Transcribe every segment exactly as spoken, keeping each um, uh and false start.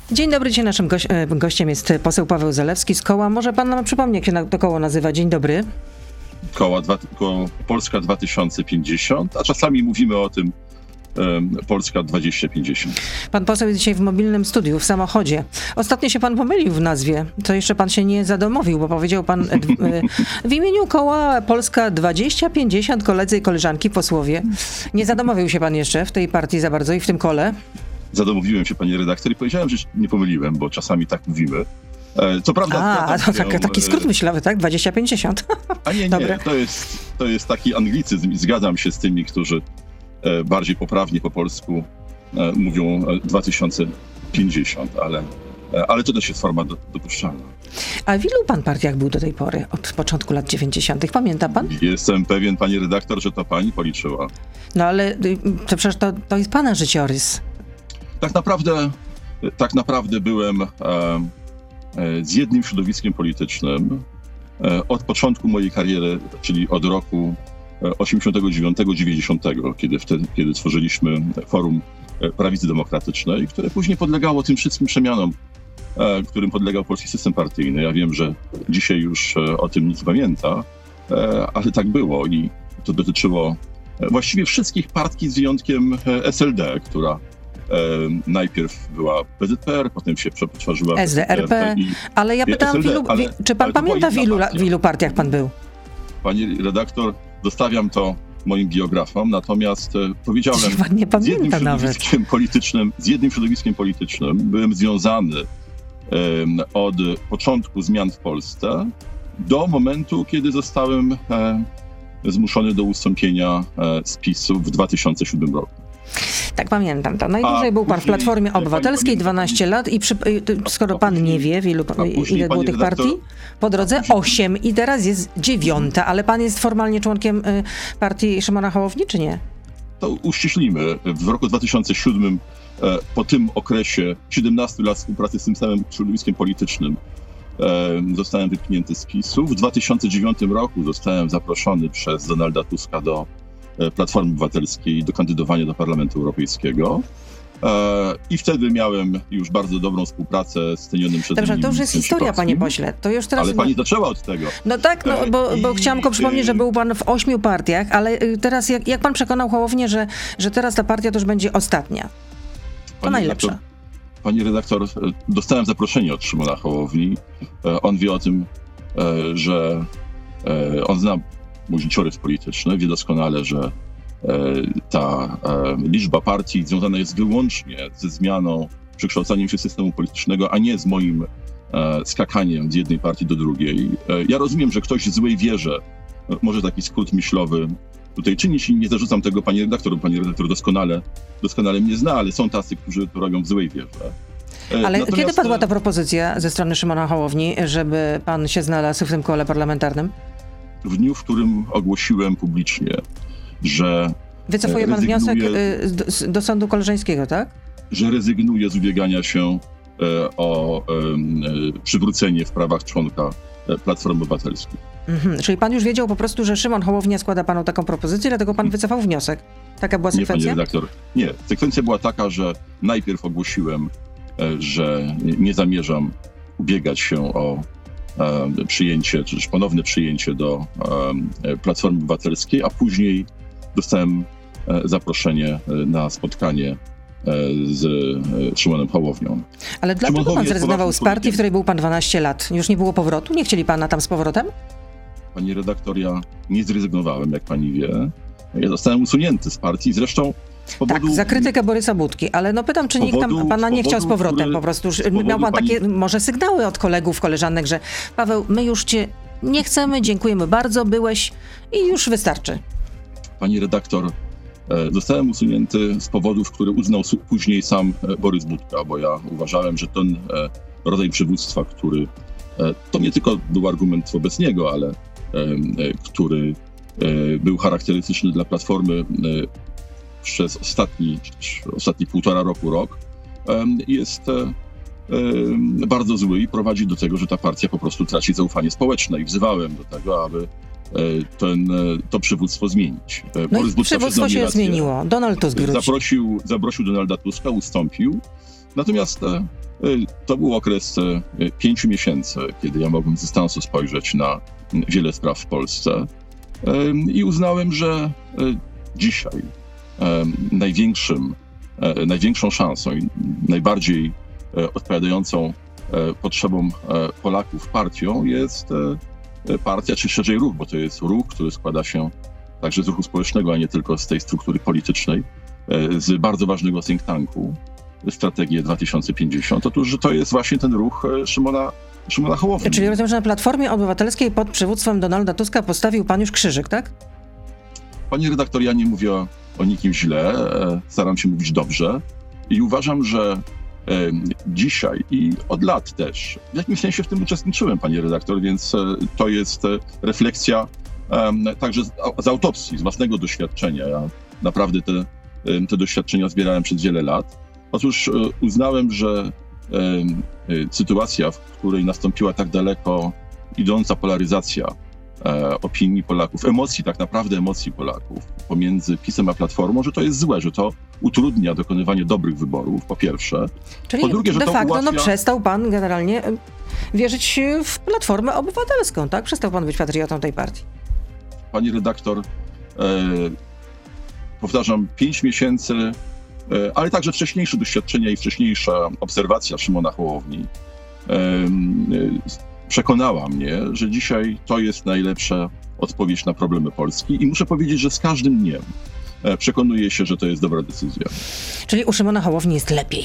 Dzień dobry, dzisiaj naszym goś- gościem jest poseł Paweł Zalewski z koła. Może pan nam przypomni, jak się na- to koło nazywa? Dzień dobry. Koła, dwa, koło Polska dwa tysiące pięćdziesiąt, a czasami mówimy o tym um, Polska dwadzieścia pięćdziesiąt. Pan poseł jest dzisiaj w mobilnym studiu, w samochodzie. Ostatnio się pan pomylił w nazwie. To jeszcze pan się nie zadomowił, bo powiedział pan d- w imieniu koła Polska dwadzieścia pięćdziesiąt, koledzy i koleżanki, posłowie. Nie zadomowił się pan jeszcze w tej partii za bardzo i w tym kole? Zadomowiłem się, panie redaktor, i powiedziałem, że się nie pomyliłem, bo czasami tak mówimy. E, co prawda... A, to swoją, tak, taki skrót myślowy, tak? dwadzieścia pięćdziesiąt. A nie, nie, Dobre. to jest, to jest taki anglicyzm i zgadzam się z tymi, którzy e, bardziej poprawnie po polsku e, mówią e, dwa tysiące pięćdziesiąt, ale, e, ale to też jest forma do, dopuszczalna. A w ilu pan partiach był do tej pory, od początku lat dziewięćdziesiątych? Pamięta pan? Jestem pewien, pani redaktor, że to pani policzyła. No ale y, to przecież to, to jest pana życiorys. Tak naprawdę, tak naprawdę byłem e, e, z jednym środowiskiem politycznym e, od początku mojej kariery, czyli od roku osiemdziesiątego dziewiątego dziewięćdziesiątego, kiedy wtedy, kiedy tworzyliśmy Forum Prawicy Demokratycznej, które później podlegało tym wszystkim przemianom, e, którym podlegał polski system partyjny. Ja wiem, że dzisiaj już e, o tym nikt nie pamięta, e, ale tak było i to dotyczyło właściwie wszystkich partii z wyjątkiem S L D, która E, najpierw była P Z P R, potem się przetworzyła S D R P, i, ale ja i pytam, S L D, w ilu, ale, czy pan pamięta, w ilu, w ilu partiach pan był? Pani redaktor, zostawiam to moim biografom, natomiast e, powiedziałem, Pan nie z jednym pamięta nawet. środowiskiem politycznym, z jednym środowiskiem politycznym byłem związany e, od początku zmian w Polsce do momentu, kiedy zostałem e, zmuszony do ustąpienia e, z PiS-u w dwa tysiące siódmym roku. Tak, pamiętam to. Najdłużej A był pan w później- Platformie Obywatelskiej, dwanaście lat i przy, skoro pan nie wie, w ilu, później, ile było pani tych redaktor- partii, po drodze osiem i teraz jest dziewiąta, ale pan jest formalnie członkiem y, partii Szymona Hołowni, czy nie? To uściślimy. W roku dwa tysiące siódmym, e, po tym okresie siedemnastu lat współpracy z tym samym środowiskiem politycznym, e, zostałem wypchnięty z PiS-u. W dwa tysiące dziewiątym roku zostałem zaproszony przez Donalda Tuska do e, Platformy Obywatelskiej do kandydowania do Parlamentu Europejskiego. E, I wtedy miałem już bardzo dobrą współpracę z cenionym przeze Dobrze, mnie to już jest ministrem historia, panie Sikorskim. pośle. To już teraz... Ale pani zaczęła od tego. No tak, no, bo, bo I- chciałam tylko przypomnieć, że był pan w ośmiu partiach, ale y, teraz jak, jak pan przekonał Hołownię, że, że teraz ta partia to już będzie ostatnia? To Pani najlepsza. redaktor, Pani redaktor, e, dostałem zaproszenie od Szymona Hołowni. E, On wie o tym, e, że e, on zna mój życiorys polityczny, wie doskonale, że e, ta e, liczba partii związana jest wyłącznie ze zmianą, przekształcaniem się systemu politycznego, a nie z moim e, skakaniem z jednej partii do drugiej. E, Ja rozumiem, że ktoś w złej wierze e, może taki skrót myślowy tutaj czynić i nie zarzucam tego pani redaktor, bo pani redaktor doskonale, doskonale mnie zna, ale są tacy, którzy to robią w złej wierze. E, Ale natomiast, kiedy padła ta e, propozycja ze strony Szymona Hołowni, żeby pan się znalazł w tym kole parlamentarnym? W dniu, w którym ogłosiłem publicznie, że, Wycofuje pan Rezygnuję- wniosek y, do, do sądu koleżeńskiego, tak? że rezygnuję z ubiegania się e, o e, przywrócenie w prawach członka e, Platformy Obywatelskiej. Mhm. Czyli pan już wiedział po prostu, że Szymon Hołownia składa panu taką propozycję, dlatego pan wycofał wniosek. Taka była Nie, pani sekwencja? redaktor. Nie. Sekwencja była taka, że najpierw ogłosiłem, e, że nie zamierzam ubiegać się o e, przyjęcie, czy też ponowne przyjęcie do e, Platformy Obywatelskiej, a później dostałem e, zaproszenie e, na spotkanie e, z e, Szymonem Hołownią. Ale dlaczego Hołownia pan jest zrezygnował poważnym z partii, w politykiem. której był pan dwanaście lat? Już nie było powrotu? Nie chcieli pana tam z powrotem? Pani redaktor, ja nie zrezygnowałem, jak pani wie. Ja zostałem usunięty z partii, zresztą z powodu... Tak, za krytykę Borysa Budki, ale no pytam, czy nikt tam powodu- pana nie z chciał z powodu, powrotem który- po prostu. z Miał powodu pan pani- takie może sygnały od kolegów, koleżanek, że Paweł, my już cię nie chcemy, dziękujemy bardzo, byłeś i już wystarczy. Pani redaktor, e, zostałem usunięty z powodów, które uznał su- później sam e, Borys Budka, bo ja uważałem, że ten e, rodzaj przywództwa, który e, to nie tylko był argument wobec niego, ale e, e, który e, był charakterystyczny dla Platformy e, przez ostatni, ostatni półtora roku, rok, e, jest e, e, bardzo zły i prowadzi do tego, że ta partia po prostu traci zaufanie społeczne. I wzywałem do tego, aby ten, to przywództwo zmienić. No i przywództwo się zmieniło. Donald Tusk wrócił. Zaprosił, zaprosił Donalda Tuska, ustąpił. Natomiast to był okres pięciu miesięcy, kiedy ja mogłem z dystansu spojrzeć na wiele spraw w Polsce i uznałem, że dzisiaj największym, największą szansą i najbardziej odpowiadającą potrzebom Polaków partią jest partia, czy szerzej ruch, bo to jest ruch, który składa się także z ruchu społecznego, a nie tylko z tej struktury politycznej, z bardzo ważnego think tanku, Strategię dwa tysiące pięćdziesiąt. Otóż, że to jest właśnie ten ruch Szymona, Szymona Hołowni. Czyli rozumiem, że na Platformie Obywatelskiej pod przywództwem Donalda Tuska postawił pan już krzyżyk, tak? Pani redaktor, ja nie mówię o, o nikim źle, staram się mówić dobrze i uważam, że e, dzisiaj i od lat też, w jakimś sensie w tym uczestniczyłem, pani redaktor, więc e, to jest e, refleksja e, także z, z autopsji, z własnego doświadczenia. Ja naprawdę te, e, te doświadczenia zbierałem przez wiele lat. Otóż e, uznałem, że e, e, sytuacja, w której nastąpiła tak daleko idąca polaryzacja e, opinii Polaków, emocji, tak naprawdę emocji Polaków pomiędzy PiS-em a Platformą, że to jest złe, że to utrudnia dokonywanie dobrych wyborów, po pierwsze. Czyli po drugie, że de to facto ułatwia... no, przestał pan generalnie wierzyć w Platformę Obywatelską, tak? Przestał pan być patriotą tej partii. Pani redaktor, e, powtarzam, pięć miesięcy, e, ale także wcześniejsze doświadczenia i wcześniejsza obserwacja Szymona Hołowni e, e, przekonała mnie, że dzisiaj to jest najlepsza odpowiedź na problemy Polski i muszę powiedzieć, że z każdym dniem e, przekonuję się, że to jest dobra decyzja. Czyli u Szymona Hołowni jest lepiej.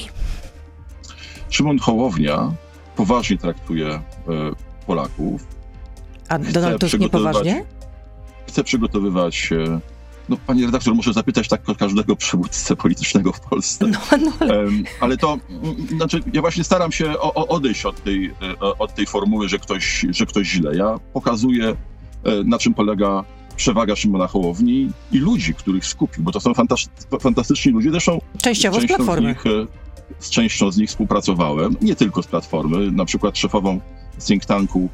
Szymon Hołownia poważnie traktuje e, Polaków. A Donald Tusk niepoważnie? Chce przygotowywać... E, no, pani redaktor, muszę zapytać tak każdego przywódcę politycznego w Polsce. No, no. E, ale to, znaczy, ja właśnie staram się o, o odejść od tej, o, od tej formuły, że ktoś, że ktoś źle. Ja pokazuję, e, na czym polega przewaga Szymona Hołowni i ludzi, których skupił, bo to są fantas- fantastyczni ludzie. Zresztą częściowo z Platformy. Z, nich, z częścią z nich współpracowałem, nie tylko z Platformy, na przykład szefową think tanku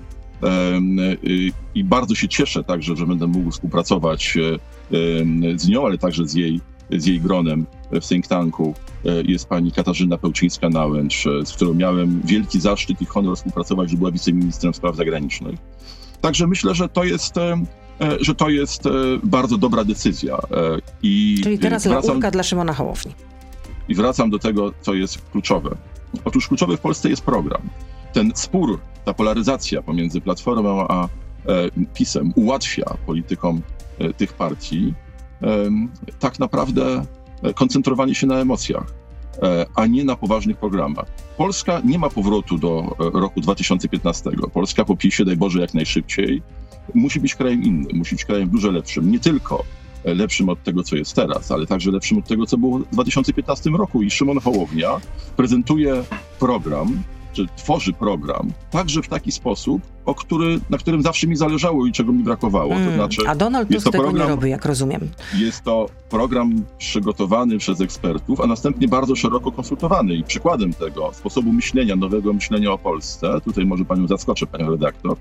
i bardzo się cieszę także, że będę mógł współpracować z nią, ale także z jej, z jej gronem w think tanku. Jest pani Katarzyna Pełczyńska-Nałęcz, z którą miałem wielki zaszczyt i honor współpracować, że była wiceministrem spraw zagranicznych. Także myślę, że to jest, że to jest bardzo dobra decyzja. I Czyli teraz wracam, laurka dla Szymona Hołowni. I wracam do tego, co jest kluczowe. Otóż kluczowy w Polsce jest program. Ten spór, ta polaryzacja pomiędzy Platformą a e, PiS-em ułatwia politykom e, tych partii e, tak naprawdę koncentrowanie się na emocjach, e, a nie na poważnych programach. Polska nie ma powrotu do e, roku dwa tysiące piętnastego. Polska po PiS-ie, daj Boże, jak najszybciej, musi być krajem innym, musi być krajem dużo lepszym. Nie tylko lepszym od tego, co jest teraz, ale także lepszym od tego, co było w dwa tysiące piętnastym roku. I Szymon Hołownia prezentuje program, czy tworzy program także w taki sposób, o który, na którym zawsze mi zależało i czego mi brakowało. Mm, to znaczy, a Donald Tusk tego program, nie robi, jak rozumiem. Jest to program przygotowany przez ekspertów, a następnie bardzo szeroko konsultowany. I przykładem tego sposobu myślenia, nowego myślenia o Polsce, tutaj może panią zaskoczę, panią redaktor,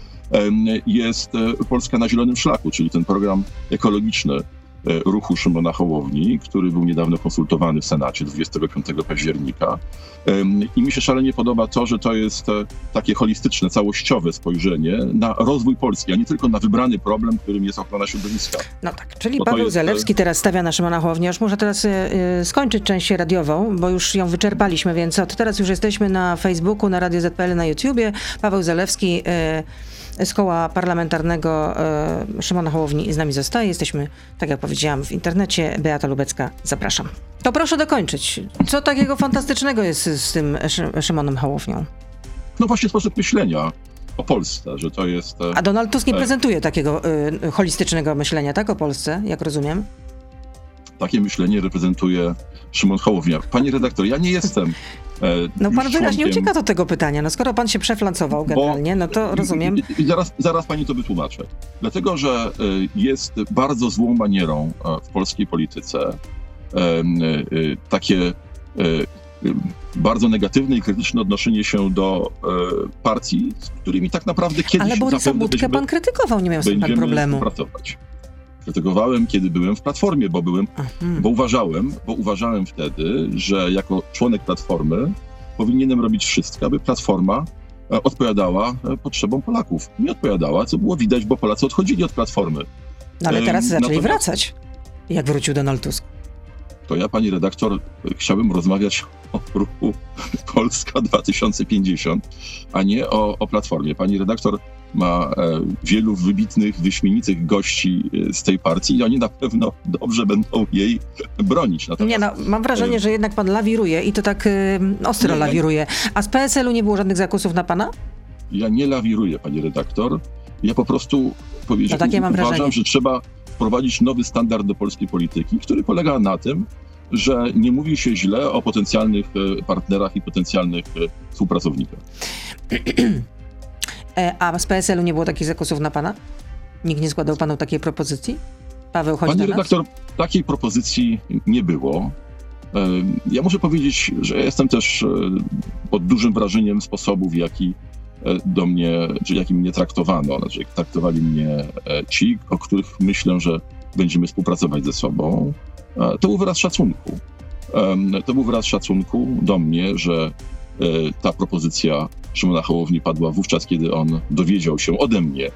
jest Polska na zielonym szlaku, czyli ten program ekologiczny ruchu Szymona Hołowni, który był niedawno konsultowany w Senacie dwudziestego piątego października. I mi się szalenie podoba to, że to jest takie holistyczne, całościowe spojrzenie na rozwój Polski, a nie tylko na wybrany problem, którym jest ochrona środowiska. No tak, czyli Paweł jest... Zalewski teraz stawia na Szymona Hołownię. Już muszę teraz y, skończyć część radiową, bo już ją wyczerpaliśmy, więc od teraz już jesteśmy na Facebooku, na Radio Z P L, na YouTubie. Paweł Zalewski y, z koła parlamentarnego y, Szymona Hołowni z nami zostaje. Jesteśmy, tak jak powiedziałam, w internecie. Beata Lubecka, zapraszam. To proszę dokończyć. Co takiego fantastycznego jest z tym Szy- Szymonem Hołownią? No właśnie sposób myślenia o Polsce, że to jest... A Donald Tusk nie e... prezentuje takiego y, holistycznego myślenia, tak, o Polsce, jak rozumiem? Takie myślenie reprezentuje Szymon Hołownia. Pani redaktor, ja nie jestem... No pan wyraźnie ucieka do tego pytania. No skoro pan się przeflancował generalnie, no to rozumiem. I, i zaraz, zaraz pani to wytłumaczę. Dlatego, że jest bardzo złą manierą w polskiej polityce takie bardzo negatywne i krytyczne odnoszenie się do e, partii, z którymi tak naprawdę kiedyś Ale Borysa Budkę pan krytykował, nie miał z tym pan problemu. Pracować. Krytykowałem, kiedy byłem w Platformie, bo byłem, mhm. bo uważałem, bo uważałem wtedy, że jako członek Platformy powinienem robić wszystko, aby Platforma e, odpowiadała e, potrzebom Polaków. Nie odpowiadała, co było widać, bo Polacy odchodzili od Platformy. No ale teraz e, zaczęli natomiast... wracać, jak wrócił Donald Tusk. To ja, pani redaktor, chciałbym rozmawiać o ruchu Polska dwa tysiące pięćdziesiąt, a nie o, o Platformie. Pani redaktor ma e, wielu wybitnych, wyśmienitych gości z tej partii i oni na pewno dobrze będą jej bronić. Natomiast, nie no, mam wrażenie, e... że jednak pan lawiruje i to tak e, ostro nie, lawiruje. A z P S L u nie było żadnych zakusów na pana? Ja nie lawiruję, pani redaktor. Ja po prostu powiedziałem, no tak, ja mam uważam, wrażenie. że trzeba wprowadzić nowy standard do polskiej polityki, który polega na tym, że nie mówi się źle o potencjalnych partnerach i potencjalnych współpracownikach. A z P S L u nie było takich zakusów na pana? Nikt nie składał panu takiej propozycji? Paweł, chodź Pani do nas. redaktor, takiej propozycji nie było. Ja muszę powiedzieć, że jestem też pod dużym wrażeniem sposobu, w jaki do mnie, czy jaki mnie traktowano. Znaczy, jak traktowali mnie ci, o których myślę, że będziemy współpracować ze sobą. To był wyraz szacunku. To był wyraz szacunku do mnie, że ta propozycja Szymona Hołowni padła wówczas, kiedy on dowiedział się ode mnie,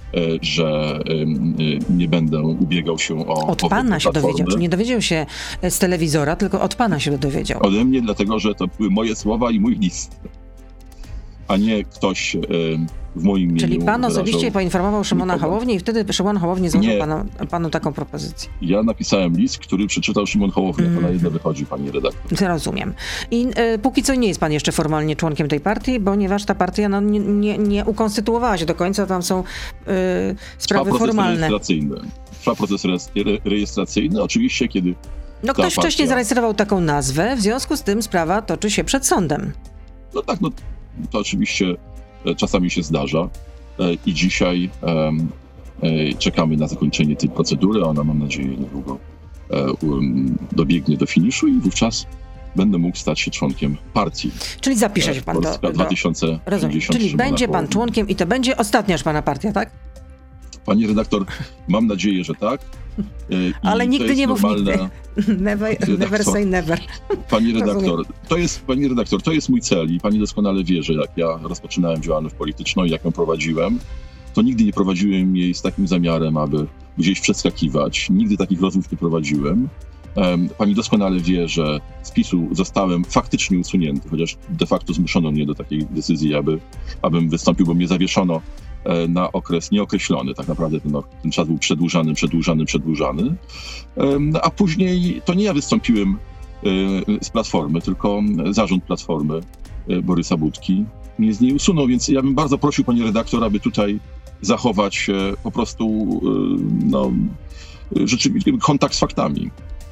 że nie będę ubiegał się o... Od pana się dowiedział, czy nie dowiedział się z telewizora, tylko od pana się dowiedział. Ode mnie, dlatego że to były moje słowa i mój list, a nie ktoś w moim imieniu. Czyli pan osobiście poinformował Szymona Hołownię i wtedy Szymon Hołowni złożył panu, panu taką propozycję. Ja napisałem list, który przeczytał Szymon Hołownia. Mm. To na jedno wychodzi, pani redaktor. Rozumiem. I y, póki co nie jest pan jeszcze formalnie członkiem tej partii, ponieważ ta partia no, nie, nie, nie ukonstytuowała się do końca. Tam są y, sprawy Trwa proces formalne. Rejestracyjny. Trwa proces re, rejestracyjny. Oczywiście, kiedy No ktoś partia... wcześniej zarejestrował taką nazwę, w związku z tym sprawa toczy się przed sądem. No tak, no to oczywiście czasami się zdarza i dzisiaj um, czekamy na zakończenie tej procedury. Ona, mam nadzieję, niedługo um, dobiegnie do finiszu i wówczas będę mógł stać się członkiem partii. Czyli zapisze się pan Polska do... dwa tysiące pięćdziesiąt. Rozumiem. Czyli będzie pan członkiem i to będzie ostatnia już pana partia, tak? Pani redaktor, mam nadzieję, że tak. I ale nigdy nie mów normalne... nigdy. Never, never say never. Pani redaktor, to jest, pani redaktor, to jest mój cel i pani doskonale wie, że jak ja rozpoczynałem działalność polityczną i jak ją prowadziłem, to nigdy nie prowadziłem jej z takim zamiarem, aby gdzieś przeskakiwać. Nigdy takich rozmów nie prowadziłem. Pani doskonale wie, że z PiS-u zostałem faktycznie usunięty, chociaż de facto zmuszono mnie do takiej decyzji, aby, abym wystąpił, bo mnie zawieszono na okres nieokreślony. Tak naprawdę ten, ten czas był przedłużany, przedłużany, przedłużany. A później to nie ja wystąpiłem z Platformy, tylko zarząd Platformy Borysa Budki mnie z niej usunął, więc ja bym bardzo prosił pani redaktor, aby tutaj zachować po prostu no, rzeczywiście kontakt z faktami.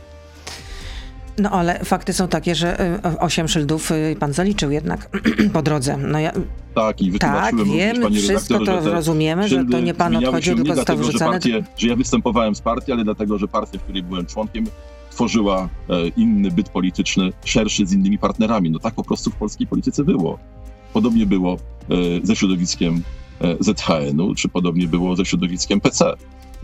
No ale fakty są takie, że osiem szyldów pan zaliczył jednak po drodze. No ja... Tak, i wytłumaczyłem tak, wiem, pani wszystko redaktor, to rozumiemy, że to nie pan odchodził, tylko został wrzucony. Że, partię, że ja występowałem z partii, ale dlatego, że partia, w której byłem członkiem, tworzyła e, inny byt polityczny, szerszy z innymi partnerami. No tak po prostu w polskiej polityce było. Podobnie było e, ze środowiskiem e, Z H N-u, czy podobnie było ze środowiskiem P C. E,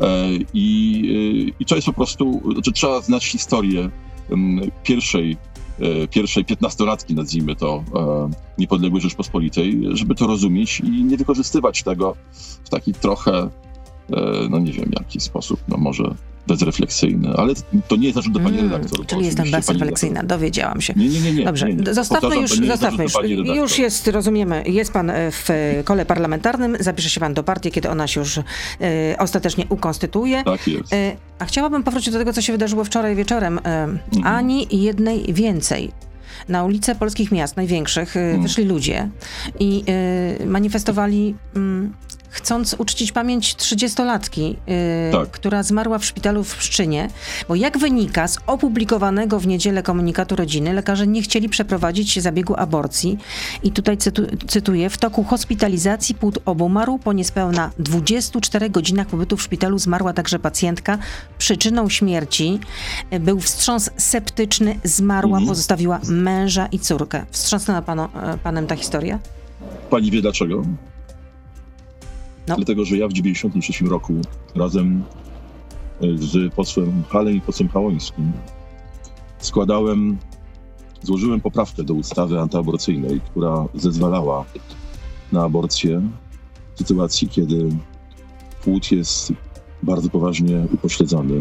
i, e, I to jest po prostu, znaczy trzeba znać historię m, pierwszej pierwszej piętnastolatki, nazwijmy to, niepodległej Rzeczpospolitej, żeby to rozumieć i nie wykorzystywać tego w taki trochę, no nie wiem, jaki sposób, no może bezrefleksyjny, ale to nie jest zarzut do pani mm, redaktor. Czyli jestem bezrefleksyjna, dowiedziałam się. Nie, nie, nie. nie Dobrze, nie, nie. zostawmy już, zostawmy już. Już jest, rozumiemy, jest pan w kole parlamentarnym, zapisze się pan do partii, kiedy ona się już e, ostatecznie ukonstytuuje. Tak jest. E, a chciałabym powrócić do tego, co się wydarzyło wczoraj wieczorem. E, mm. Ani jednej więcej. Na ulice polskich miast, największych, mm. wyszli ludzie i e, manifestowali... Mm, chcąc uczcić pamięć trzydziestolatki, yy, Tak. która zmarła w szpitalu w Pszczynie, bo jak wynika z opublikowanego w niedzielę komunikatu rodziny, lekarze nie chcieli przeprowadzić zabiegu aborcji i tutaj cytu- cytuję, w toku hospitalizacji płód obumarł, po niespełna dwudziestu czterech godzinach pobytu w szpitalu zmarła także pacjentka. Przyczyną śmierci był wstrząs septyczny, zmarła, Mhm. pozostawiła męża i córkę. Wstrząsnęła panu, panem ta historia? Pani wie dlaczego? No. Dlatego, że ja w dziewięćdziesiątym trzecim roku razem z posłem Halem i posłem Chałońskim składałem, złożyłem poprawkę do ustawy antyaborcyjnej, która zezwalała na aborcję w sytuacji, kiedy płód jest bardzo poważnie upośledzony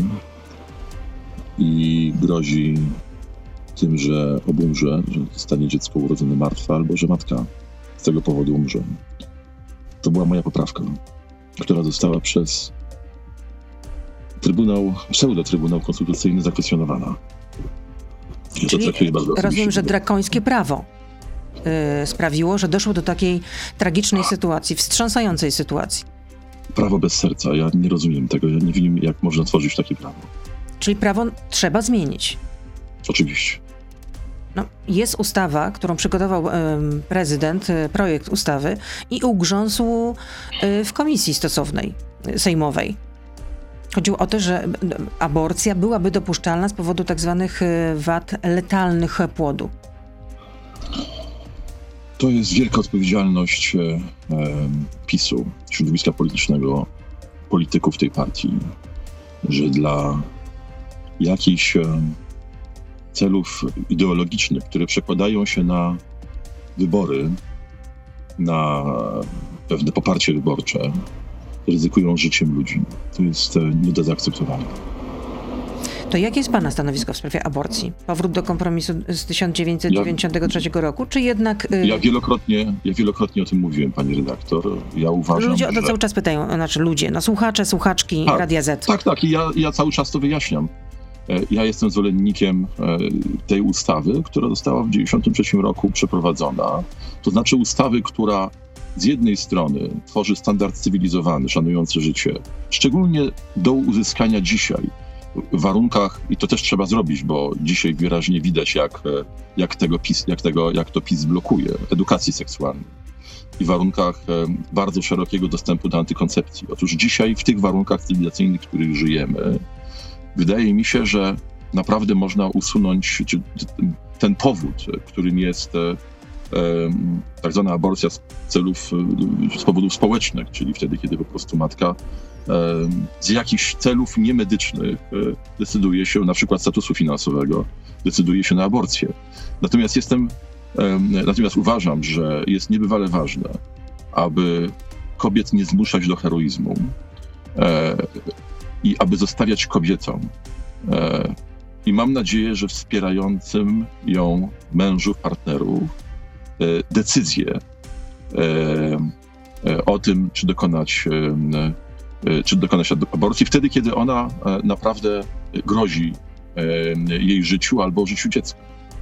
i grozi tym, że obumrze, że zostanie dziecko urodzone martwe albo że matka z tego powodu umrze. To była moja poprawka, która została przez Trybunał, pseudo-Trybunał Konstytucyjny zakwestionowana. Czyli rozumiem, że drakońskie prawo yy, sprawiło, że doszło do takiej tragicznej sytuacji, wstrząsającej sytuacji. Prawo bez serca. Ja nie rozumiem tego. Ja nie wiem, jak można tworzyć takie prawo. Czyli prawo trzeba zmienić. Oczywiście. No, jest ustawa, którą przygotował y, prezydent, y, projekt ustawy i ugrzązł y, w komisji stosownej, y, sejmowej. Chodziło o to, że y, aborcja byłaby dopuszczalna z powodu tak zwanych y, wad letalnych płodu. To jest wielka odpowiedzialność e, e, PiSu, środowiska politycznego, polityków tej partii, że dla jakichś e, celów ideologicznych, które przekładają się na wybory, na pewne poparcie wyborcze, ryzykują życiem ludzi. To jest nie do zaakceptowania. To jakie jest pana stanowisko w sprawie aborcji? Powrót do kompromisu z tysiąc dziewięćset dziewięćdziesiątego trzeciego roku, czy jednak... Yy... Ja wielokrotnie, ja wielokrotnie o tym mówiłem, pani redaktor. Ja uważam, Ludzie o to że... cały czas pytają, znaczy ludzie, no słuchacze, słuchaczki tak, Radia Z. Tak, tak. I ja, ja cały czas to wyjaśniam. Ja jestem zwolennikiem tej ustawy, która została w dziewięćdziesiątym trzecim roku przeprowadzona. To znaczy ustawy, która z jednej strony tworzy standard cywilizowany, szanujący życie, szczególnie do uzyskania dzisiaj w warunkach, i to też trzeba zrobić, bo dzisiaj wyraźnie widać, jak, jak, tego PiS, jak, tego, jak to PiS blokuje, edukacji seksualnej i w warunkach bardzo szerokiego dostępu do antykoncepcji. Otóż dzisiaj w tych warunkach cywilizacyjnych, w których żyjemy, wydaje mi się, że naprawdę można usunąć ten powód, którym jest tak zwana aborcja z celów, z powodów społecznych, czyli wtedy, kiedy po prostu matka z jakichś celów niemedycznych decyduje się, na przykład statusu finansowego, decyduje się na aborcję. Natomiast jestem, natomiast uważam, że jest niebywale ważne, aby kobiet nie zmuszać do heroizmu i aby zostawiać kobietom. I mam nadzieję, że wspierającym ją mężów, partnerów decyzję o tym, czy dokonać, czy dokonać aborcji wtedy, kiedy ona naprawdę grozi jej życiu albo życiu dziecka.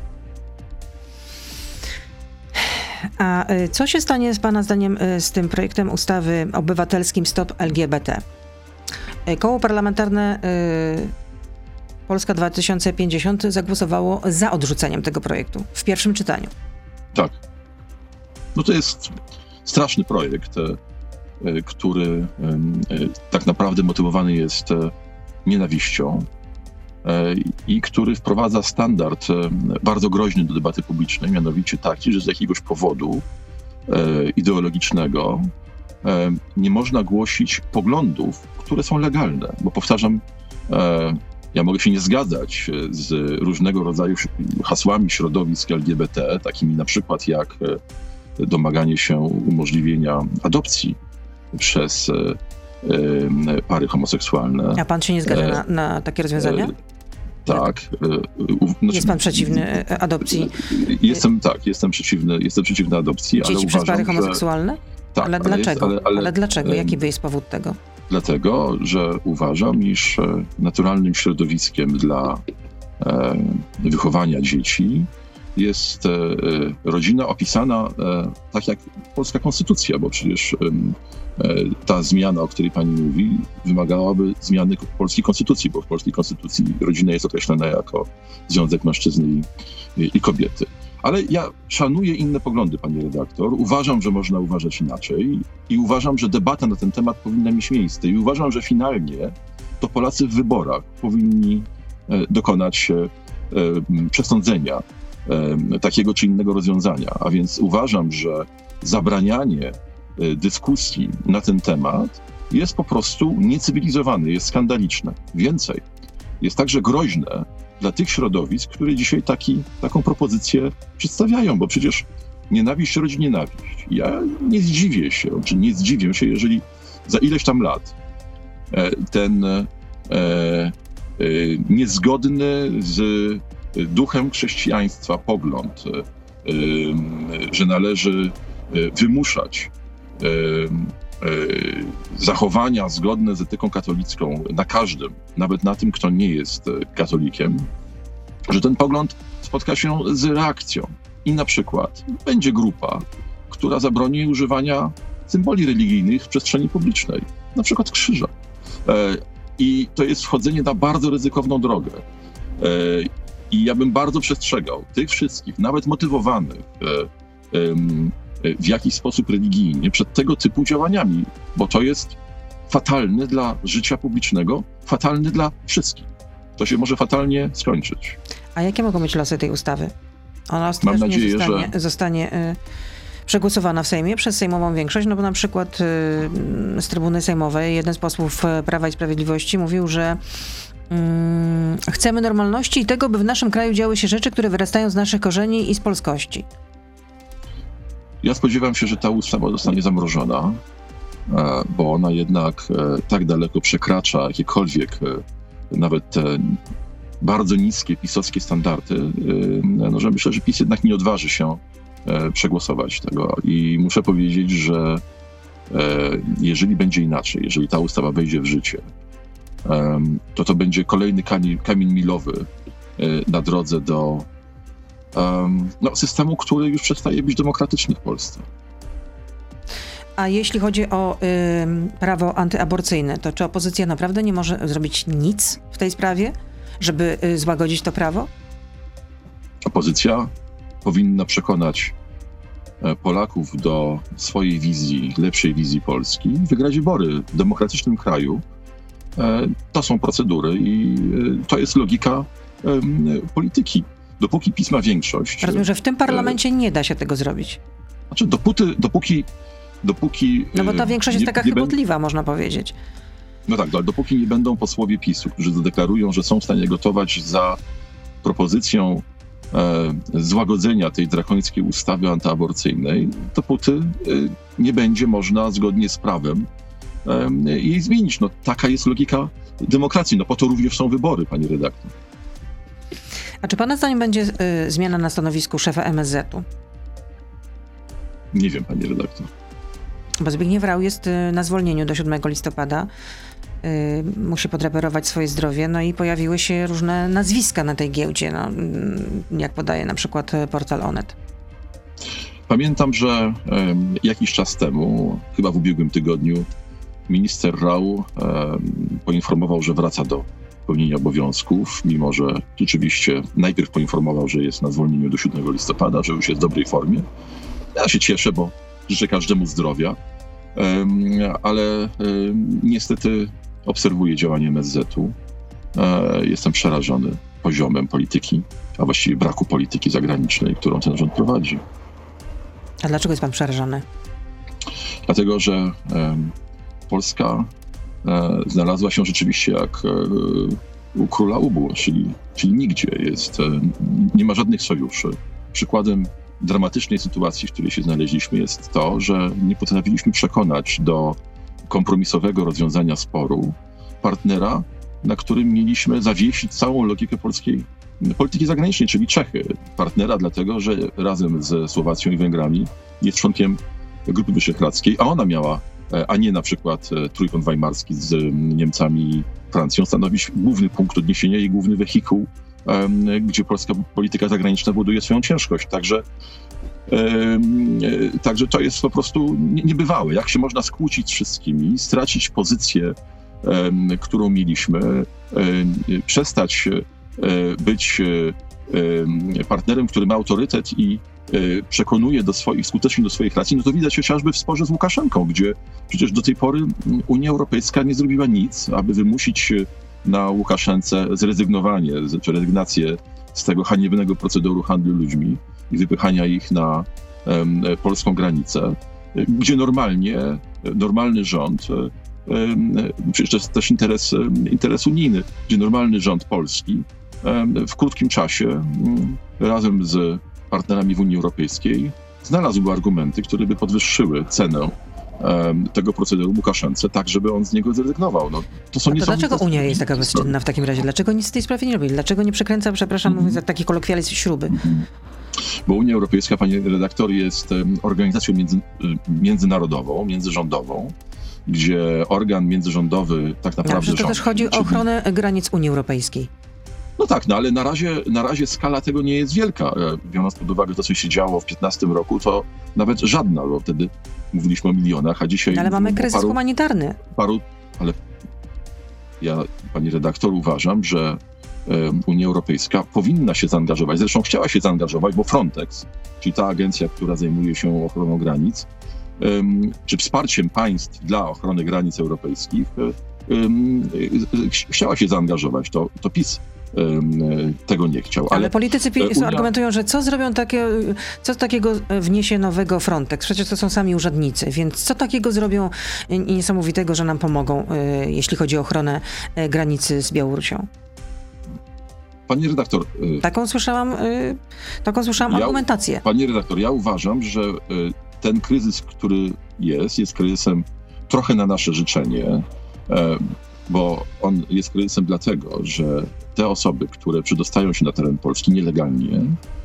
A co się stanie z pana zdaniem z tym projektem ustawy obywatelskim Stop L G B T? Koło parlamentarne y, Polska dwa tysiące pięćdziesiąt zagłosowało za odrzuceniem tego projektu w pierwszym czytaniu. Tak. No to jest straszny projekt, y, który y, y, tak naprawdę motywowany jest y, nienawiścią y, i który wprowadza standard y, bardzo groźny do debaty publicznej, mianowicie taki, że z jakiegoś powodu y, ideologicznego y, nie można głosić poglądów, które są legalne, bo powtarzam, e, ja mogę się nie zgadzać z różnego rodzaju hasłami środowisk L G B T, takimi na przykład jak domaganie się umożliwienia adopcji przez e, e, pary homoseksualne. A pan się nie zgadza e, na, na takie rozwiązania? E, tak. E, Jest pan przeciwny adopcji? Jestem, tak, jestem przeciwny, jestem przeciwny adopcji, Dzieci ale przez uważam, pary homoseksualne? Że... Tak, ale, ale dlaczego? Jest, ale, ale, ale dlaczego? Jaki jest powód tego? Dlatego, że uważam, iż naturalnym środowiskiem dla e, wychowania dzieci jest e, rodzina opisana e, tak jak polska konstytucja, bo przecież ta zmiana, o której pani mówi, wymagałaby zmiany polskiej konstytucji, bo w polskiej konstytucji rodzina jest określona jako związek mężczyzny i, i kobiety. Ale ja szanuję inne poglądy, pani redaktor. Uważam, że można uważać inaczej i uważam, że debata na ten temat powinna mieć miejsce. I uważam, że finalnie to Polacy w wyborach powinni dokonać przesądzenia takiego czy innego rozwiązania. A więc uważam, że zabranianie dyskusji na ten temat jest po prostu niecywilizowane, jest skandaliczne. Więcej, jest także groźne dla tych środowisk, które dzisiaj taki, taką propozycję przedstawiają, bo przecież nienawiść rodzi nienawiść. Ja nie zdziwię się, czy nie zdziwię się, jeżeli za ileś tam lat ten e, e, niezgodny z duchem chrześcijaństwa pogląd, e, e, że należy wymuszać e, e, zachowania zgodne z etyką katolicką na każdym, nawet na tym, kto nie jest katolikiem, że ten pogląd spotka się z reakcją i na przykład będzie grupa, która zabroni używania symboli religijnych w przestrzeni publicznej, na przykład krzyża. E, I to jest wchodzenie na bardzo ryzykowną drogę. E, I ja bym bardzo przestrzegał tych wszystkich, nawet motywowanych e, e, w jakiś sposób religijnie, przed tego typu działaniami, bo to jest fatalne dla życia publicznego, fatalne dla wszystkich. To się może fatalnie skończyć. A jakie mogą być losy tej ustawy? Ona Mam nadzieję, zostanie, że... zostanie y, przegłosowana w Sejmie przez sejmową większość, no bo na przykład y, z trybuny sejmowej jeden z posłów Prawa i Sprawiedliwości mówił, że y, chcemy normalności i tego, by w naszym kraju działy się rzeczy, które wyrastają z naszych korzeni i z polskości. Ja spodziewam się, że ta ustawa zostanie zamrożona, bo ona jednak tak daleko przekracza jakiekolwiek, nawet te bardzo niskie pisowskie standardy, no, że myślę, że PiS jednak nie odważy się przegłosować tego. I muszę powiedzieć, że jeżeli będzie inaczej, jeżeli ta ustawa wejdzie w życie, to to będzie kolejny kamień, kamień milowy na drodze do Um, no, systemu, który już przestaje być demokratyczny w Polsce. A jeśli chodzi o y, prawo antyaborcyjne, to czy opozycja naprawdę nie może zrobić nic w tej sprawie, żeby y, złagodzić to prawo? Opozycja powinna przekonać Polaków do swojej wizji, lepszej wizji Polski, wygrać wybory w demokratycznym kraju. E, to są procedury i e, to jest logika e, polityki. Dopóki PiS ma większość... Rozumiem, że w tym parlamencie nie da się tego zrobić. Znaczy, dopóty, dopóki, dopóki... No bo ta większość nie, jest taka chybotliwa, ben... można powiedzieć. No tak, ale dopóki nie będą posłowie PiSu, którzy zadeklarują, że są w stanie gotować za propozycją e, złagodzenia tej drakońskiej ustawy antyaborcyjnej, dopóty e, nie będzie można zgodnie z prawem e, jej zmienić. No taka jest logika demokracji. No po to również są wybory, pani redaktor. A czy pana zdaniem będzie y, zmiana na stanowisku szefa M S Z u? Nie wiem, pani redaktor. Bo Zbigniew Rau jest y, na zwolnieniu do siódmego listopada. Y, musi podreperować swoje zdrowie. No i pojawiły się różne nazwiska na tej giełdzie, no, y, jak podaje na przykład portal Onet. Pamiętam, że y, jakiś czas temu, chyba w ubiegłym tygodniu, minister Rau y, poinformował, że wraca do pełnienia obowiązków, mimo że rzeczywiście najpierw poinformował, że jest na zwolnieniu do siódmego listopada, że już jest w dobrej formie. Ja się cieszę, bo życzę każdemu zdrowia, um, ale um, niestety obserwuję działanie M S Z u. E, jestem przerażony poziomem polityki, a właściwie braku polityki zagranicznej, którą ten rząd prowadzi. A dlaczego jest pan przerażony? Dlatego, że um, Polska e, znalazła się rzeczywiście jak e, u króla Ubu, czyli, czyli nigdzie jest, e, nie ma żadnych sojuszy. Przykładem dramatycznej sytuacji, w której się znaleźliśmy, jest to, że nie potrafiliśmy przekonać do kompromisowego rozwiązania sporu partnera, na którym mieliśmy zawiesić całą logikę polskiej polityki zagranicznej, czyli Czechy. Partnera dlatego, że razem ze Słowacją i Węgrami jest członkiem Grupy Wyszehradzkiej, a ona miała, a nie na przykład Trójkąt Weimarski z Niemcami i Francją, stanowić główny punkt odniesienia i główny wehikuł, gdzie polska polityka zagraniczna buduje swoją ciężkość. Także Także to jest po prostu niebywałe. Jak się można skłócić z wszystkimi, stracić pozycję, którą mieliśmy, przestać być partnerem, który ma autorytet i przekonuje do swoich, skutecznie do swoich racji, no to widać chociażby w sporze z Łukaszenką, gdzie przecież do tej pory Unia Europejska nie zrobiła nic, aby wymusić na Łukaszence zrezygnowanie, czy rezygnację z tego haniebnego procederu handlu ludźmi i wypychania ich na um, polską granicę, gdzie normalnie, normalny rząd, um, przecież to jest też interes, interes unijny, gdzie normalny rząd polski um, w krótkim czasie um, razem z partnerami w Unii Europejskiej znalazłby argumenty, które by podwyższyły cenę um, tego procederu Łukaszence, tak żeby on z niego zrezygnował. No, to są A to dlaczego Unia jest taka bezczynna w takim razie? Dlaczego nic w tej sprawie nie robi? Dlaczego nie przekręca, przepraszam, mm-hmm. mówiąc taki kolokwializm, śruby? Mm-hmm. Bo Unia Europejska, panie redaktor, jest um, organizacją między, międzynarodową, międzyrządową, gdzie organ międzyrządowy tak naprawdę rządzi. To też chodzi o ochronę granic Unii Europejskiej. No tak, no ale na razie, na razie skala tego nie jest wielka. Biorąc pod uwagę to, co się działo w piętnastym roku, to nawet żadna, bo wtedy mówiliśmy o milionach, a dzisiaj... No ale mamy kryzys paru, humanitarny. Paru, ale ja, pani redaktor, uważam, że um, Unia Europejska powinna się zaangażować. Zresztą chciała się zaangażować, bo Frontex, czyli ta agencja, która zajmuje się ochroną granic, um, czy wsparciem państw dla ochrony granic europejskich, um, chciała się zaangażować. To, to PiS tego nie chciał. Ale, ale politycy PiS Unia... argumentują, że co zrobią takie, co takiego wniesie nowego Frontex? Przecież to są sami urzędnicy, więc co takiego zrobią niesamowitego, że nam pomogą, jeśli chodzi o ochronę granicy z Białorusią? Pani redaktor... Taką słyszałam, taką słyszałam ja, argumentację. Pani redaktor, ja uważam, że ten kryzys, który jest, jest kryzysem trochę na nasze życzenie, bo on jest kryzysem dlatego, że te osoby, które przedostają się na teren Polski nielegalnie,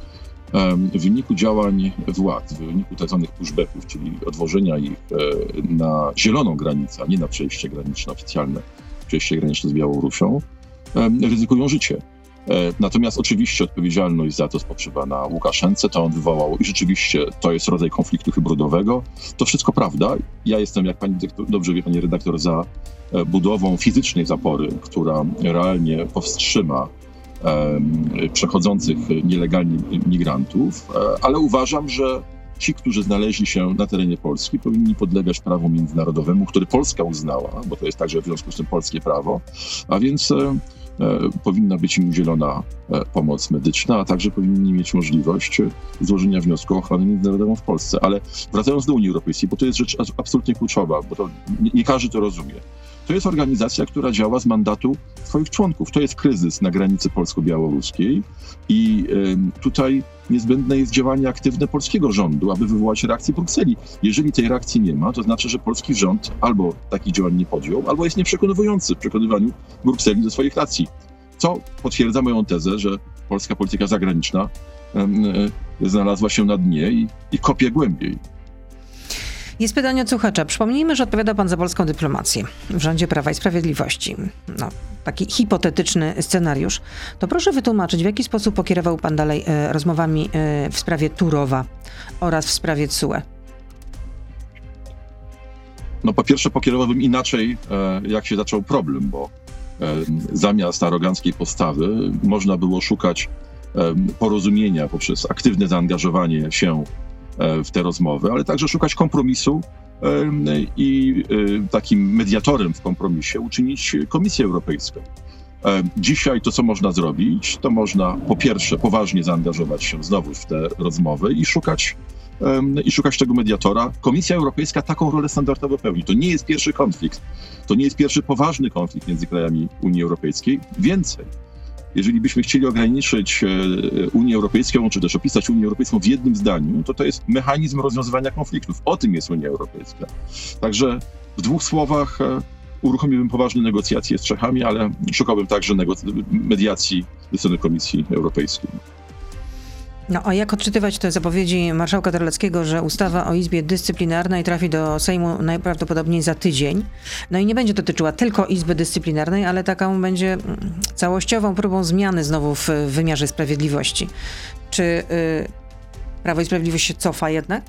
w wyniku działań władz, w wyniku tzw. pushbacków, czyli odwożenia ich na zieloną granicę, a nie na przejście graniczne, oficjalne przejście graniczne z Białorusią, ryzykują życie. Natomiast oczywiście odpowiedzialność za to spoczywa na Łukaszence, to on wywołał i rzeczywiście to jest rodzaj konfliktu hybrydowego. To wszystko prawda. Ja jestem, jak pani dobrze wie, pani redaktor, za budową fizycznej zapory, która realnie powstrzyma um, przechodzących nielegalnie migrantów, ale uważam, że ci, którzy znaleźli się na terenie Polski, powinni podlegać prawu międzynarodowemu, który Polska uznała, bo to jest także w związku z tym polskie prawo, a więc e, powinna być im udzielona e, pomoc medyczna, a także powinni mieć możliwość złożenia wniosku o ochronę międzynarodową w Polsce. Ale wracając do Unii Europejskiej, bo to jest rzecz absolutnie kluczowa, bo to nie, nie każdy to rozumie. To jest organizacja, która działa z mandatu swoich członków. To jest kryzys na granicy polsko-białoruskiej i y, tutaj niezbędne jest działanie aktywne polskiego rządu, aby wywołać reakcję Brukseli. Jeżeli tej reakcji nie ma, to znaczy, że polski rząd albo takich działań nie podjął, albo jest nieprzekonywujący w przekonywaniu Brukseli do swoich racji. Co potwierdza moją tezę, że polska polityka zagraniczna y, y, znalazła się na dnie i, i kopie głębiej. Jest pytanie od słuchacza. Przypomnijmy, że odpowiada pan za polską dyplomację w rządzie Prawa i Sprawiedliwości. No, taki hipotetyczny scenariusz. To proszę wytłumaczyć, w jaki sposób pokierował pan dalej e, rozmowami e, w sprawie Turowa oraz w sprawie T S U E? No po pierwsze pokierowałbym inaczej, e, jak się zaczął problem, bo e, zamiast aroganckiej postawy można było szukać e, porozumienia poprzez aktywne zaangażowanie się w te rozmowy, ale także szukać kompromisu i takim mediatorem w kompromisie uczynić Komisję Europejską. Dzisiaj to, co można zrobić, to można po pierwsze poważnie zaangażować się znowu w te rozmowy i szukać, i szukać tego mediatora. Komisja Europejska taką rolę standardowo pełni. To nie jest pierwszy konflikt. To nie jest pierwszy poważny konflikt między krajami Unii Europejskiej. Więcej. Jeżeli byśmy chcieli ograniczyć Unię Europejską, czy też opisać Unię Europejską w jednym zdaniu, to to jest mechanizm rozwiązywania konfliktów. O tym jest Unia Europejska. Także w dwóch słowach uruchomiłbym poważne negocjacje z Czechami, ale szukałbym także negoc- mediacji ze strony Komisji Europejskiej. No a jak odczytywać te zapowiedzi marszałka Terleckiego, że ustawa o Izbie Dyscyplinarnej trafi do Sejmu najprawdopodobniej za tydzień? No i nie będzie dotyczyła tylko Izby Dyscyplinarnej, ale taką będzie całościową próbą zmiany znowu w wymiarze sprawiedliwości. Czy y, Prawo i Sprawiedliwość się cofa jednak?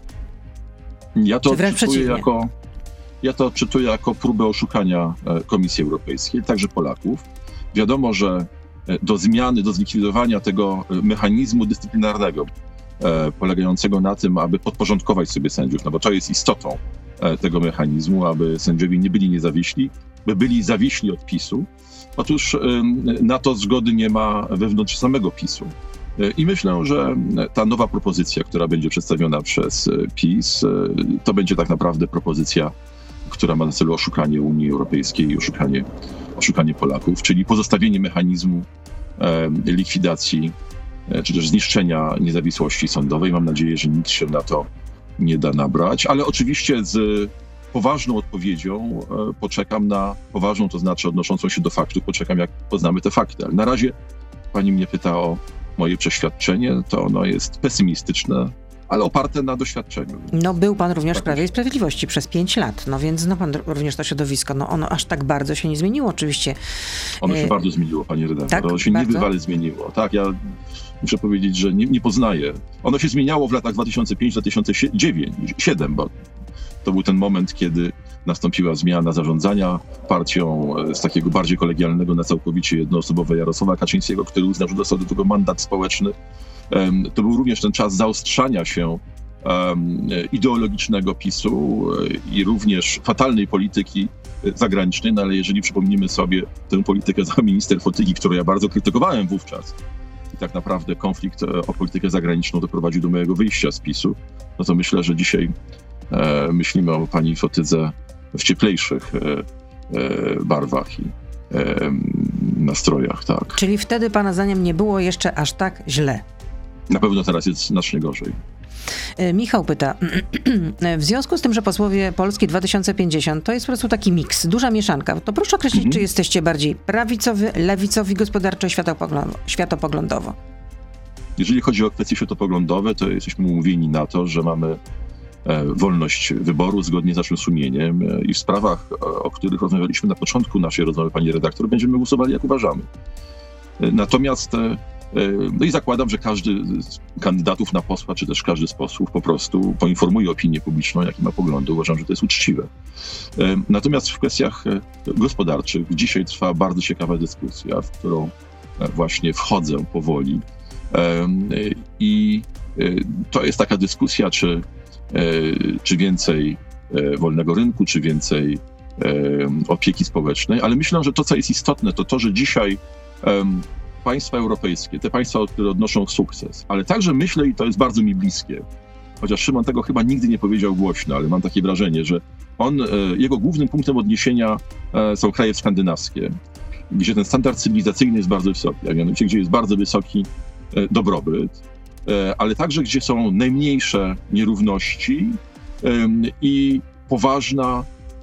Ja to Czy wręcz odczytuję przeciwnie? jako, ja to odczytuję jako próbę oszukania e, Komisji Europejskiej, także Polaków. Wiadomo, że e, do zmiany, do zlikwidowania tego e, mechanizmu dyscyplinarnego, e, polegającego na tym, aby podporządkować sobie sędziów, no bo to jest istotą e, tego mechanizmu, aby sędziowie nie byli niezawiśli, by byli zawiśli od PiSu. Otóż e, na to zgody nie ma wewnątrz samego PiSu. I myślę, że ta nowa propozycja, która będzie przedstawiona przez PiS, to będzie tak naprawdę propozycja, która ma na celu oszukanie Unii Europejskiej i oszukanie, oszukanie Polaków, czyli pozostawienie mechanizmu e, likwidacji e, czy też zniszczenia niezawisłości sądowej. Mam nadzieję, że nikt się na to nie da nabrać, ale oczywiście z poważną odpowiedzią e, poczekam na poważną, to znaczy odnoszącą się do faktów, poczekam jak poznamy te fakty. Ale na razie pani mnie pyta o moje przeświadczenie, to ono jest pesymistyczne, ale oparte na doświadczeniu. No był pan również w Prawie i Sprawiedliwości przez pięć lat, no więc zna pan również to środowisko. No ono aż tak bardzo się nie zmieniło oczywiście. Ono się e... bardzo zmieniło, panie redaktor. Tak? Ono się Bardzo? niebywale zmieniło. Tak, ja muszę powiedzieć, że nie, nie poznaję. Ono się zmieniało w latach dwa tysiące piąty do dwa tysiące dziewiątego, dwa tysiące siódmego, bo to był ten moment, kiedy nastąpiła zmiana zarządzania partią z takiego bardziej kolegialnego na całkowicie jednoosobowe Jarosława Kaczyńskiego, który uznał, że dostał do tego mandat społeczny. To był również ten czas zaostrzania się um, ideologicznego PiSu i również fatalnej polityki zagranicznej, no ale jeżeli przypomnimy sobie tę politykę za minister Fotygi, którą ja bardzo krytykowałem wówczas, i tak naprawdę konflikt o politykę zagraniczną doprowadził do mojego wyjścia z PiSu, no to myślę, że dzisiaj e, myślimy o pani Fotydze w cieplejszych e, e, barwach i e, nastrojach, tak. Czyli wtedy pana zdaniem nie było jeszcze aż tak źle? Na pewno teraz jest znacznie gorzej. Michał pyta, w związku z tym, że posłowie Polski dwa tysiące pięćdziesiąt to jest po prostu taki miks, duża mieszanka, to proszę określić, mhm. czy jesteście bardziej prawicowy, lewicowi, gospodarczo, światopoglądowo, światopoglądowo? Jeżeli chodzi o kwestie światopoglądowe, to jesteśmy umówieni na to, że mamy e, wolność wyboru zgodnie z naszym sumieniem e, i w sprawach, o, o których rozmawialiśmy na początku naszej rozmowy, pani redaktor, będziemy głosowali jak uważamy. E, natomiast e, No i zakładam, że każdy z kandydatów na posła, czy też każdy z posłów po prostu poinformuje opinię publiczną, jakie ma poglądy. Uważam, że to jest uczciwe. Natomiast w kwestiach gospodarczych dzisiaj trwa bardzo ciekawa dyskusja, w którą właśnie wchodzę powoli. I to jest taka dyskusja, czy, czy więcej wolnego rynku, czy więcej opieki społecznej. Ale myślę, że to, co jest istotne, to to, że dzisiaj państwa europejskie, te państwa, które odnoszą sukces, ale także myślę, i to jest bardzo mi bliskie, chociaż Szymon tego chyba nigdy nie powiedział głośno, ale mam takie wrażenie, że on, jego głównym punktem odniesienia są kraje skandynawskie, gdzie ten standard cywilizacyjny jest bardzo wysoki, a mianowicie gdzie jest bardzo wysoki dobrobyt, ale także gdzie są najmniejsze nierówności i poważna,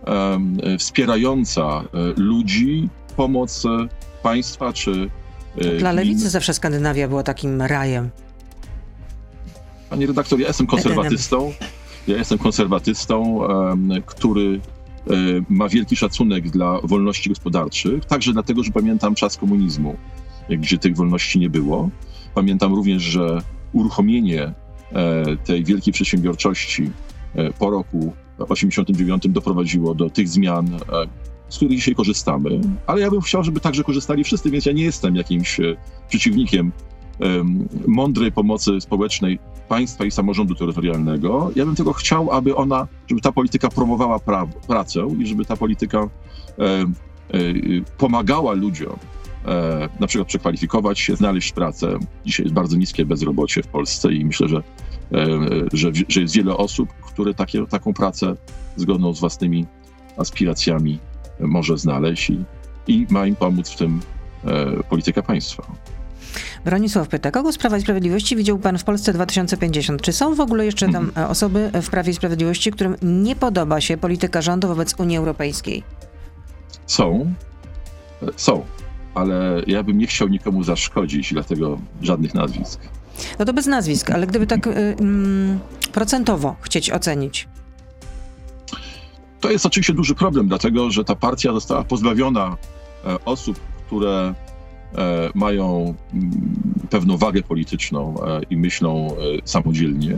wspierająca ludzi pomoc państwa czy Dla lewicy zawsze Skandynawia była takim rajem. Panie redaktor, ja jestem konserwatystą. Ja jestem konserwatystą, um, który um, ma wielki szacunek dla wolności gospodarczych, także dlatego, że pamiętam czas komunizmu, gdzie tych wolności nie było. Pamiętam również, że uruchomienie e, tej wielkiej przedsiębiorczości e, po roku osiemdziesiątym dziewiątym doprowadziło do tych zmian, e, z których dzisiaj korzystamy, ale ja bym chciał, żeby także korzystali wszyscy, więc ja nie jestem jakimś e, przeciwnikiem e, mądrej pomocy społecznej państwa i samorządu terytorialnego. Ja bym tylko chciał, aby ona, żeby ta polityka promowała pra- pracę i żeby ta polityka e, e, pomagała ludziom e, na przykład przekwalifikować się, znaleźć pracę. Dzisiaj jest bardzo niskie bezrobocie w Polsce i myślę, że, e, że, że jest wiele osób, które takie, taką pracę zgodną z własnymi aspiracjami może znaleźć i, i ma im pomóc w tym e, polityka państwa. Bronisław pyta, kogo z Prawa i Sprawiedliwości widział pan w Polsce dwa tysiące pięćdziesiąt? Czy są w ogóle jeszcze tam mhm. osoby w Prawie i Sprawiedliwości, którym nie podoba się polityka rządu wobec Unii Europejskiej? Są. Są. Ale ja bym nie chciał nikomu zaszkodzić, dlatego żadnych nazwisk. No to bez nazwisk, ale gdyby tak mm, procentowo chcieć ocenić. To jest oczywiście duży problem, dlatego że ta partia została pozbawiona e, osób, które mają pewną wagę polityczną i myślą samodzielnie.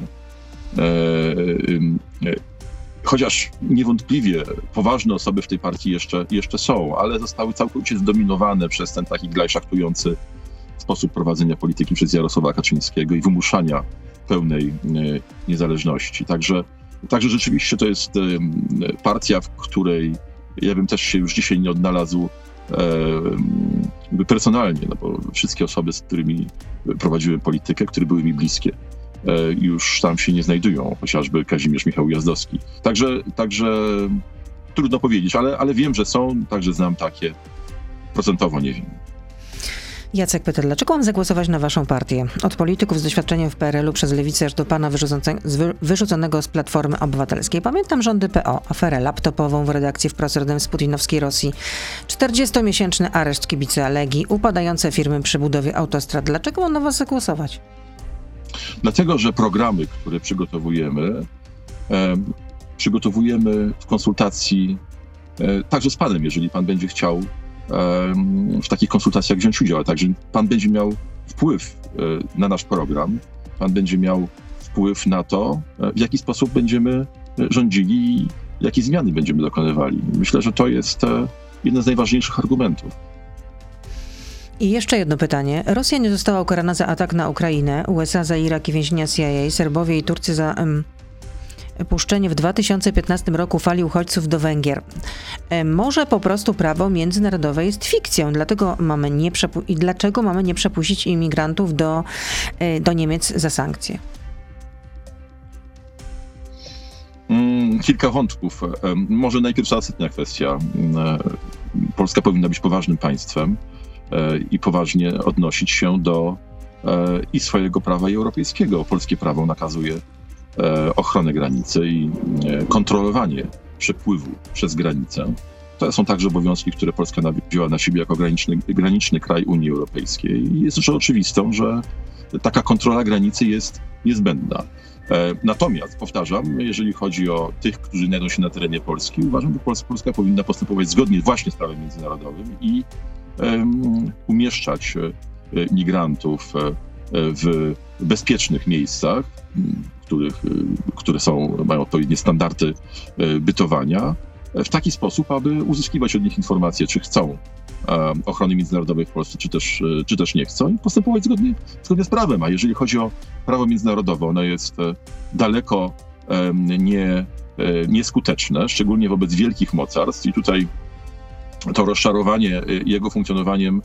Chociaż niewątpliwie poważne osoby w tej partii jeszcze, jeszcze są, ale zostały całkowicie zdominowane przez ten taki glajszachtujący sposób prowadzenia polityki przez Jarosława Kaczyńskiego i wymuszania pełnej niezależności. Także, także rzeczywiście to jest partia, w której ja bym też się już dzisiaj nie odnalazł e, personalnie, no bo wszystkie osoby, z którymi prowadziłem politykę, które były mi bliskie, e, już tam się nie znajdują, chociażby Kazimierz Michał Ujazdowski. Także, także trudno powiedzieć, ale, ale wiem, że są, także znam takie, procentowo nie wiem. Jacek pyta, dlaczego mam zagłosować na waszą partię? Od polityków z doświadczeniem w P R L u przez lewicę aż do pana wyrzuconego z Platformy Obywatelskiej. Pamiętam rządy P O, aferę laptopową w redakcji wprost rodem z putinowskiej Rosji, czterdziestomiesięczny areszt kibica Legii, upadające firmy przy budowie autostrad. Dlaczego mam na was zagłosować? Dlatego, że programy, które przygotowujemy, e, przygotowujemy w konsultacji e, także z panem, jeżeli pan będzie chciał w takich konsultacjach wziąć udział, a także pan będzie miał wpływ na nasz program, pan będzie miał wpływ na to, w jaki sposób będziemy rządzili i jakie zmiany będziemy dokonywali. Myślę, że to jest jeden z najważniejszych argumentów. I jeszcze jedno pytanie. Rosja nie została ukarana za atak na Ukrainę, U S A za Irak i więzienia C I A, Serbowie i Turcy za um, puszczenie w dwa tysiące piętnastym roku fali uchodźców do Węgier. E, może po prostu prawo międzynarodowe jest fikcją, dlatego mamy nie przepu- i dlaczego mamy nie przepuścić imigrantów do, e, do Niemiec za sankcje? Mm, kilka wątków. E, może najpierw ostatnia kwestia. E, Polska powinna być poważnym państwem e, i poważnie odnosić się do e, i swojego prawa i europejskiego. Polskie prawo nakazuje ochronę granicy i kontrolowanie przepływu przez granicę. To są także obowiązki, które Polska wzięła na siebie jako graniczny, graniczny kraj Unii Europejskiej. I jest rzeczą oczywistą, że taka kontrola granicy jest niezbędna. Natomiast, powtarzam, jeżeli chodzi o tych, którzy znajdą się na terenie Polski, uważam, że Polska powinna postępować zgodnie właśnie z prawem międzynarodowym i um, umieszczać migrantów w bezpiecznych miejscach, których, które są, mają odpowiednie standardy bytowania, w taki sposób, aby uzyskiwać od nich informacje, czy chcą ochrony międzynarodowej w Polsce, czy też, czy też nie chcą, i postępować zgodnie, zgodnie z prawem. A jeżeli chodzi o prawo międzynarodowe, ono jest daleko nie, nieskuteczne, szczególnie wobec wielkich mocarstw, i tutaj to rozczarowanie jego funkcjonowaniem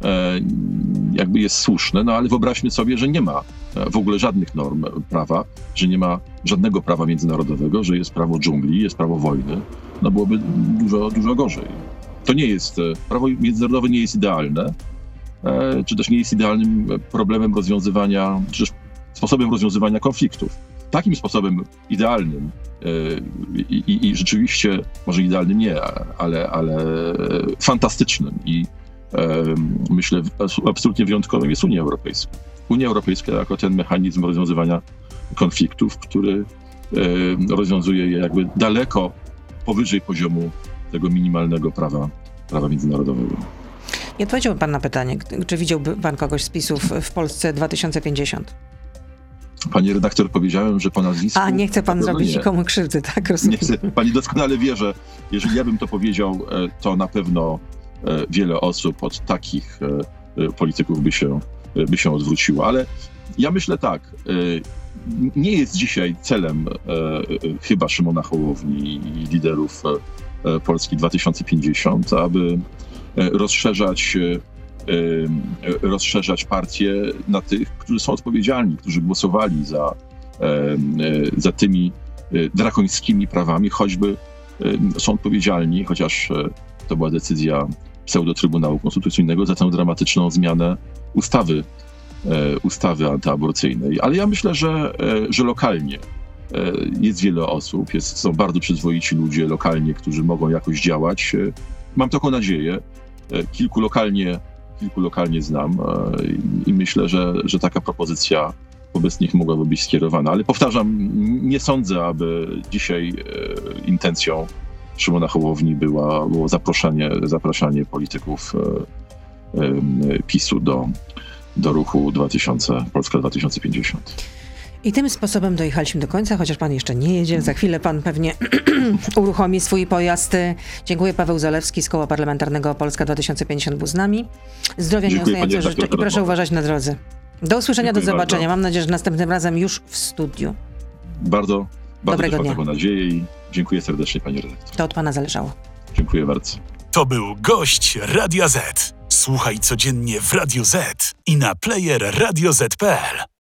jakby jest słuszne, no ale wyobraźmy sobie, że nie ma w ogóle żadnych norm prawa, że nie ma żadnego prawa międzynarodowego, że jest prawo dżungli, jest prawo wojny, no byłoby dużo, dużo gorzej. To nie jest, prawo międzynarodowe nie jest idealne, czy też nie jest idealnym problemem rozwiązywania, czy też sposobem rozwiązywania konfliktów. Takim sposobem idealnym i, i, i rzeczywiście, może idealnym nie, ale, ale fantastycznym i myślę, absolutnie wyjątkowym jest Unia Europejska. Unia Europejska jako ten mechanizm rozwiązywania konfliktów, który rozwiązuje je jakby daleko powyżej poziomu tego minimalnego prawa, prawa międzynarodowego. Nie odpowiedział pan na pytanie, czy widziałby pan kogoś z PiS-ów w Polsce dwa tysiące pięćdziesiąt? Pani redaktor, powiedziałem, że po nazwisku... A, nie chce pan zrobić nie. nikomu krzywdy, tak? Rozumiem. Nie chcę. Pani doskonale wie, że jeżeli ja bym to powiedział, to na pewno wiele osób od takich polityków by się, by się odwróciło. Ale ja myślę tak, nie jest dzisiaj celem chyba Szymona Hołowni i liderów Polski dwa tysiące pięćdziesiąt, aby rozszerzać, rozszerzać partię na tych, którzy są odpowiedzialni, którzy głosowali za, za tymi drakońskimi prawami, choćby są odpowiedzialni, chociaż to była decyzja pseudo-Trybunału Konstytucyjnego, za tę dramatyczną zmianę ustawy, e, ustawy antyaborcyjnej. Ale ja myślę, że, e, że lokalnie e, jest wiele osób, jest, są bardzo przyzwoici ludzie lokalnie, którzy mogą jakoś działać. E, mam taką nadzieję. E, kilku lokalnie, kilku lokalnie znam e, i myślę, że, że taka propozycja wobec nich mogłaby być skierowana. Ale powtarzam, nie sądzę, aby dzisiaj e, intencją Szymona Hołowni była, było zaproszenie, zapraszanie polityków PiSu do, do ruchu dwa tysiące, Polska dwa tysiące pięćdziesiąt. I tym sposobem dojechaliśmy do końca, chociaż pan jeszcze nie jedzie. Za chwilę pan pewnie uruchomi swój pojazd. Dziękuję. Paweł Zalewski z Koła Parlamentarnego Polska dwa tysiące pięćdziesiąt był z nami. Zdrowia, nieustającego życzę i proszę uważać na drodze. Do usłyszenia, Dziękuję do zobaczenia. Bardzo. Mam nadzieję, że następnym razem już w studiu. Bardzo, bardzo Dobrego dnia. Mam taką nadzieję i dziękuję serdecznie, pani redaktor. To od pana zależało. Dziękuję bardzo. To był gość Radia Z. Słuchaj codziennie w Radio Z i na player radio zet kropka pe el.